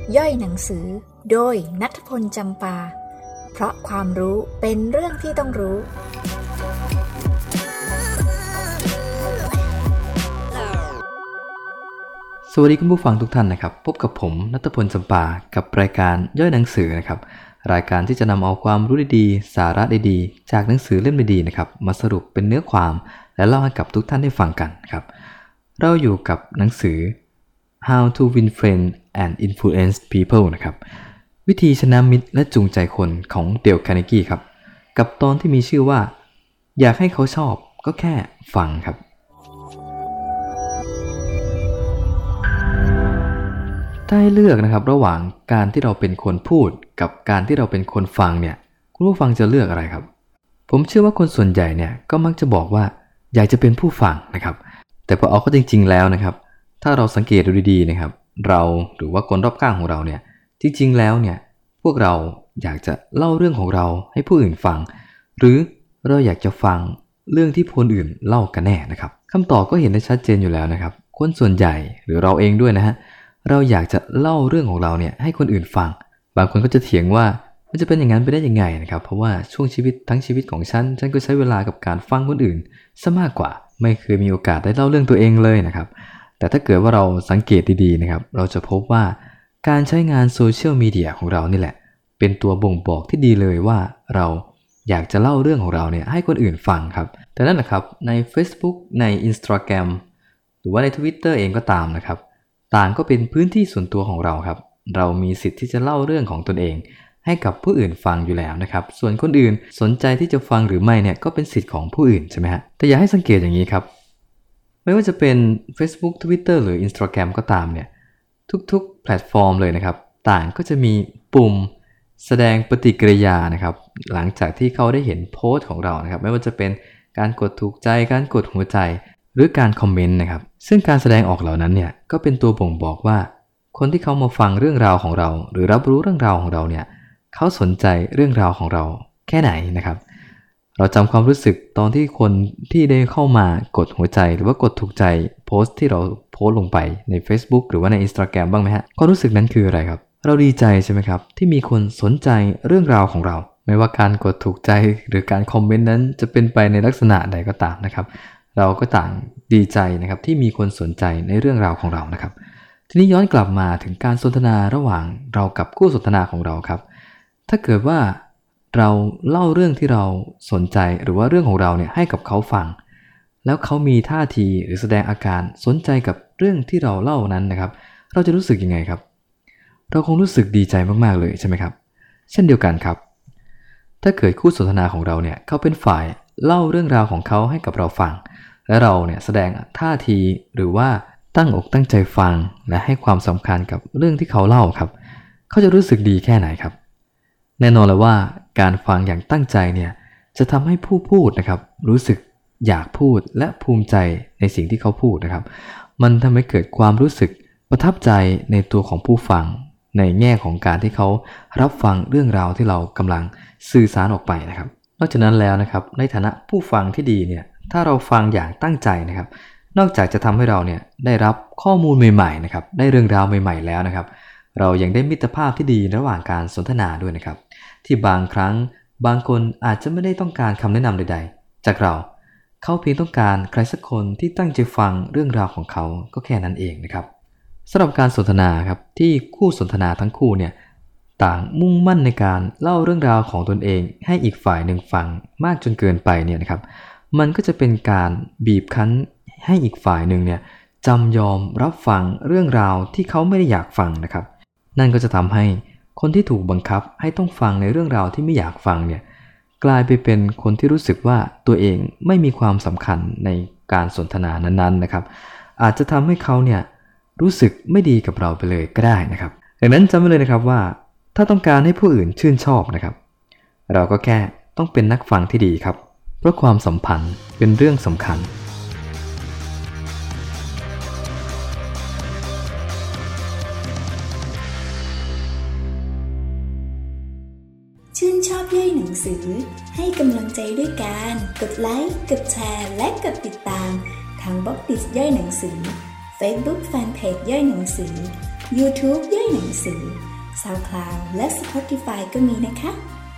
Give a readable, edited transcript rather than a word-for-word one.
ย่อยหนังสือโดยณัฐพล จำปาเพราะความรู้เป็นเรื่องที่ต้องรู้สวัสดีคุณผู้ฟังทุกท่านนะครับพบกับผมณัฐพล จำปากับรายการย่อยหนังสือนะครับรายการที่จะนำเอาความรู้ดีๆสาระดีๆจากหนังสือเล่มดีๆนะครับมาสรุปเป็นเนื้อความและเล่าให้กับทุกท่านได้ฟังกันครับเราอยู่กับหนังสือ How to Win Friends and Influence People นะครับวิธีชนะมิตรและจูงใจคนของเดล คาร์เนกีครับกับตอนที่มีชื่อว่าอยากให้เขาชอบก็แค่ฟังครับถ้าให้เลือกนะครับระหว่างการที่เราเป็นคนพูดกับการที่เราเป็นคนฟังเนี่ยคุณผู้ฟังจะเลือกอะไรครับผมเชื่อว่าคนส่วนใหญ่เนี่ยก็มักจะบอกว่าอยากจะเป็นผู้ฟังนะครับแต่พอเอาเข้าจริงๆแล้วนะครับถ้าเราสังเกตดูดีๆนะครับเราหรือว่าคนรอบข้างของเราเนี่ยจริงๆแล้วเนี่ยพวกเราอยากจะเล่าเรื่องของเราให้ผู้อื่นฟังหรือเราอยากจะฟังเรื่องที่คนอื่นเล่ากันแน่นะครับคำตอบก็เห็นได้ชัดเจนอยู่แล้วนะครับคนส่วนใหญ่หรือเราเองด้วยนะฮะเราอยากจะเล่าเรื่องของเราเนี่ยให้คนอื่นฟังบางคนก็จะเถียงว่ามันจะเป็นอย่างนั้นไปได้ยังไงนะครับเพราะว่าช่วงชีวิตทั้งชีวิตของฉันก็ใช้เวลากับการฟังคนอื่นซะมากกว่าไม่เคยมีโอกาสได้เล่าเรื่องตัวเองเลยนะครับแต่ถ้าเกิดว่าเราสังเกตดีๆนะครับเราจะพบว่าการใช้งานโซเชียลมีเดียของเรานี่แหละเป็นตัวบ่งบอกที่ดีเลยว่าเราอยากจะเล่าเรื่องของเราเนี่ยให้คนอื่นฟังครับแต่นั่นแหละครับใน Facebook ใน Instagram หรือว่าใน Twitter เองก็ตามนะครับต่างก็เป็นพื้นที่ส่วนตัวของเราครับเรามีสิทธิ์ที่จะเล่าเรื่องของตนเองให้กับผู้อื่นฟังอยู่แล้วนะครับส่วนคนอื่นสนใจที่จะฟังหรือไม่เนี่ยก็เป็นสิทธิ์ของผู้อื่นใช่ไหมฮะแต่อย่าให้สังเกตอย่างนี้ครับไม่ว่าจะเป็น Facebook Twitter หรือ Instagram ก็ตามเนี่ยทุกๆแพลตฟอร์มเลยนะครับต่างก็จะมีปุ่มแสดงปฏิกิริยานะครับหลังจากที่เขาได้เห็นโพสต์ของเรานะครับไม่ว่าจะเป็นการกดถูกใจการกดหัวใจหรือการคอมเมนต์นะครับซึ่งการแสดงออกเหล่านั้นเนี่ยก็เป็นตัวบ่งบอกว่าคนที่เขามาฟังเรื่องราวของเราหรือรับรู้เรื่องราวของเราเนี่ยเขาสนใจเรื่องราวของเราแค่ไหนนะครับเราจำความรู้สึกตอนที่คนที่ได้เข้ามากดหัวใจหรือว่ากดถูกใจโพสต์ที่เราโพสต์ลงไปใน Facebook หรือว่าใน Instagram บ้างไหมฮะความรู้สึกนั้นคืออะไรครับเราดีใจใช่ไหมครับที่มีคนสนใจเรื่องราวของเราไม่ว่าการกดถูกใจหรือการคอมเมนต์นั้นจะเป็นไปในลักษณะใดก็ตามนะครับเราก็ต่างดีใจนะครับที่มีคนสนใจในเรื่องราวของเรานะครับทีนี้ย้อนกลับมาถึงการสนทนาระหว่างเรากับคู่สนทนาของเราครับถ้าเกิดว่าเราเล่าเรื่องที่เราสนใจหรือว่าเรื่องของเราเนี่ยให้กับเขาฟังแล้วเขามีท่าทีหรือแสดงอาการสนใจกับเรื่องที่เราเล่านั้นนะครับเราจะรู้สึกยังไงครับเราคงรู้สึกดีใจมากๆเลยใช่ไหมครับเช่นเดียวกันครับถ้าเกิดคู่สนทนาของเราเนี่ยเขาเป็นฝ่ายเล่าเรื่องราวของเขาให้กับเราฟังและเราเนี่ยแสดงท่าทีหรือว่าตั้งอกตั้งใจฟังและให้ความสำคัญกับเรื่องที่เขาเล่าครับเขาจะรู้สึกดีแค่ไหนครับแน่นอนเลยว่าการฟังอย่างตั้งใจเนี่ยจะทำให้ผู้พูดนะครับรู้สึกอยากพูดและภูมิใจในสิ่งที่เขาพูดนะครับมันทำให้เกิดความรู้สึกประทับใจในตัวของผู้ฟังในแง่ของการที่เขารับฟังเรื่องราวที่เรากำลังสื่อสารออกไปนะครับนอกจากนั้นแล้วนะครับในฐานะผู้ฟังที่ดีเนี่ยถ้าเราฟังอย่างตั้งใจนะครับนอกจากจะทำให้เราเนี่ยได้รับข้อมูลใหม่ๆนะครับได้เรื่องราวใหม่ๆแล้วนะครับเรายังได้มิตรภาพที่ดีระหว่างการสนทนาด้วยนะครับที่บางครั้งบางคนอาจจะไม่ได้ต้องการคำแนะนำใดๆจากเราเขาเพียงต้องการใครสักคนที่ตั้งใจฟังเรื่องราวของเขาก็แค่นั้นเองนะครับสำหรับการสนทนาครับที่คู่สนทนาทั้งคู่เนี่ยต่างมุ่งมั่นในการเล่าเรื่องราวของตนเองให้อีกฝ่ายหนึ่งฟังมากจนเกินไปเนี่ยนะครับมันก็จะเป็นการบีบคั้นให้อีกฝ่ายหนึ่งเนี่ยจำยอมรับฟังเรื่องราวที่เขาไม่ได้อยากฟังนะครับนั่นก็จะทำให้คนที่ถูกบังคับให้ต้องฟังในเรื่องราวที่ไม่อยากฟังเนี่ยกลายไปเป็นคนที่รู้สึกว่าตัวเองไม่มีความสำคัญในการสนทนานั้นๆนะครับอาจจะทำให้เขาเนี่ยรู้สึกไม่ดีกับเราไปเลยก็ได้นะครับดังนั้นจำไว้เลยนะครับว่าถ้าต้องการให้ผู้อื่นชื่นชอบนะครับเราก็แค่ต้องเป็นนักฟังที่ดีครับเพราะความสัมพันธ์เป็นเรื่องสำคัญชื่นชอบย่อยหนังสือให้กำลังใจด้วยการกดไลค์กดแชร์และกดติดตามทางบล็อกดิสย่อยหนังสือ Facebook Fanpage ย่อยหนังสือ YouTube ย่อยหนังสือ SoundCloud และ Spotify ก็มีนะคะ